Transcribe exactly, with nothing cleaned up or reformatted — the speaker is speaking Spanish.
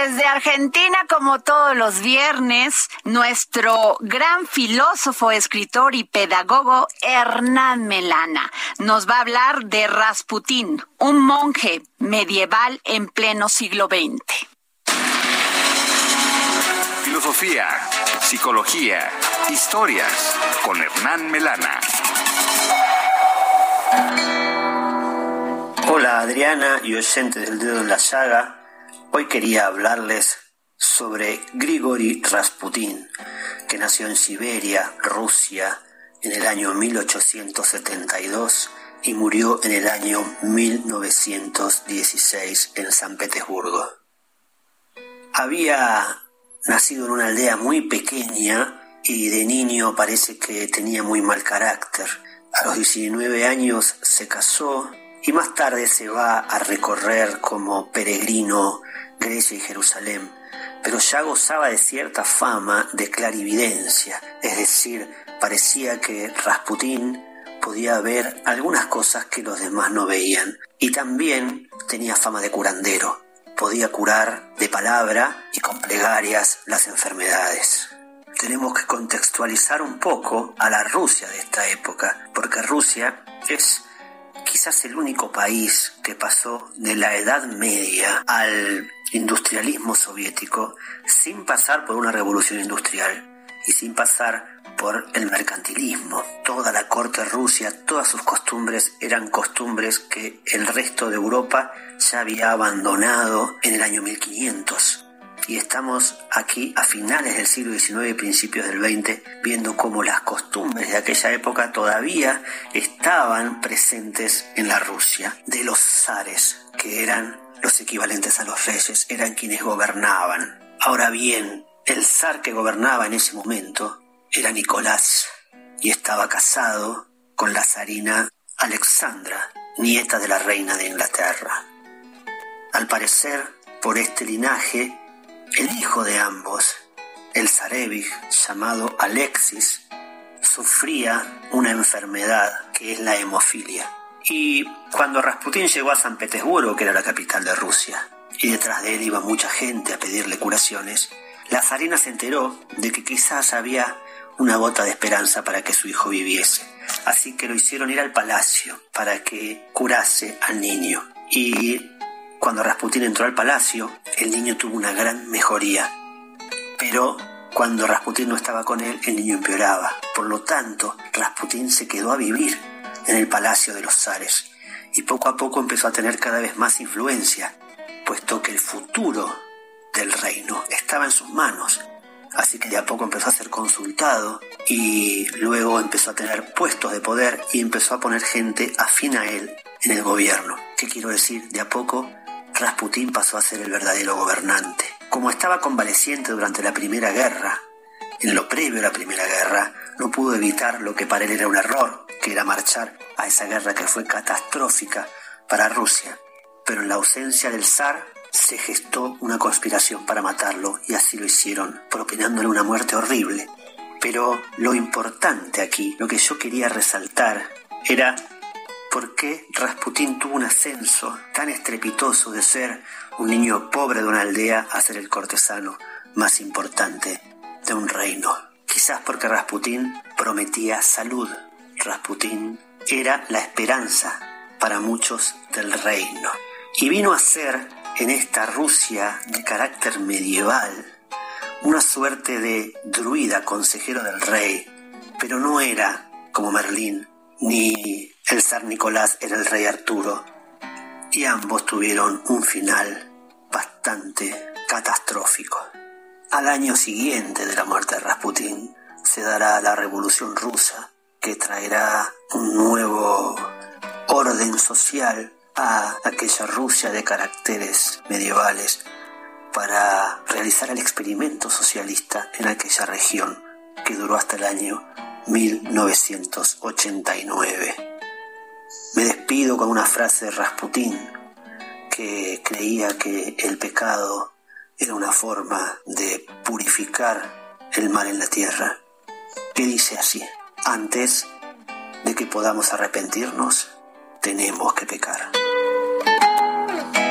desde Argentina, como todos los viernes, nuestro gran filósofo, escritor y pedagogo Hernán Melana nos va a hablar de Rasputín, un monje medieval en pleno siglo veinte. Filosofía, psicología, historias con Hernán Melana. Hola Adriana y oyentes del Dedo en la Llaga. Hoy quería hablarles sobre Grigori Rasputín, que nació en Siberia, Rusia, en el año mil ochocientos setenta y dos y murió en el año mil novecientos dieciséis en San Petersburgo. Había nacido en una aldea muy pequeña y de niño parece que tenía muy mal carácter. A los diecinueve años se casó y más tarde se va a recorrer como peregrino Grecia y Jerusalén, pero ya gozaba de cierta fama de clarividencia, es decir, parecía que Rasputín podía ver algunas cosas que los demás no veían, y también tenía fama de curandero, podía curar de palabra y con plegarias las enfermedades. Tenemos que contextualizar un poco a la Rusia de esta época, porque Rusia es quizás el único país que pasó de la Edad Media al industrialismo soviético sin pasar por una revolución industrial y sin pasar por el mercantilismo. Toda la corte rusa, todas sus costumbres eran costumbres que el resto de Europa ya había abandonado en el año mil quinientos. Y estamos aquí a finales del siglo diecinueve y principios del veinte viendo cómo las costumbres de aquella época todavía estaban presentes en la Rusia de los zares, que eran los equivalentes a los reyes, eran quienes gobernaban. Ahora bien, el zar que gobernaba en ese momento era Nicolás y estaba casado con la zarina Alexandra, nieta de la reina de Inglaterra. Al parecer, por este linaje, el hijo de ambos, el zarevich llamado Alexis, sufría una enfermedad que es la hemofilia. Y cuando Rasputín llegó a San Petersburgo, que era la capital de Rusia, y detrás de él iba mucha gente a pedirle curaciones, la zarina se enteró de que quizás había una gota de esperanza para que su hijo viviese. Así que lo hicieron ir al palacio para que curase al niño. Y cuando Rasputín entró al palacio, el niño tuvo una gran mejoría. Pero cuando Rasputín no estaba con él, el niño empeoraba. Por lo tanto, Rasputín se quedó a vivir en el palacio de los zares. Y poco a poco empezó a tener cada vez más influencia, puesto que el futuro del reino estaba en sus manos. Así que de a poco empezó a ser consultado y luego empezó a tener puestos de poder y empezó a poner gente afín a él en el gobierno. ¿Qué quiero decir? De a poco Rasputín pasó a ser el verdadero gobernante. Como estaba convaleciente durante la Primera Guerra, en lo previo a la Primera Guerra, no pudo evitar lo que para él era un error, que era marchar a esa guerra que fue catastrófica para Rusia. Pero en la ausencia del zar, se gestó una conspiración para matarlo y así lo hicieron, propinándole una muerte horrible. Pero lo importante aquí, lo que yo quería resaltar, era por qué Rasputín tuvo un ascenso tan estrepitoso de ser un niño pobre de una aldea a ser el cortesano más importante de un reino. Quizás porque Rasputín prometía salud. Rasputín era la esperanza para muchos del reino. Y vino a ser, en esta Rusia de carácter medieval, una suerte de druida consejero del rey, pero no era como Merlín, ni el zar Nicolás era el rey Arturo, y ambos tuvieron un final bastante catastrófico. Al año siguiente de la muerte de Rasputín se dará la Revolución Rusa, que traerá un nuevo orden social a aquella Rusia de caracteres medievales para realizar el experimento socialista en aquella región que duró hasta el año mil novecientos ochenta y nueve. Me despido con una frase de Rasputín, que creía que el pecado era una forma de purificar el mal en la tierra, que dice así: antes de que podamos arrepentirnos, tenemos que pecar.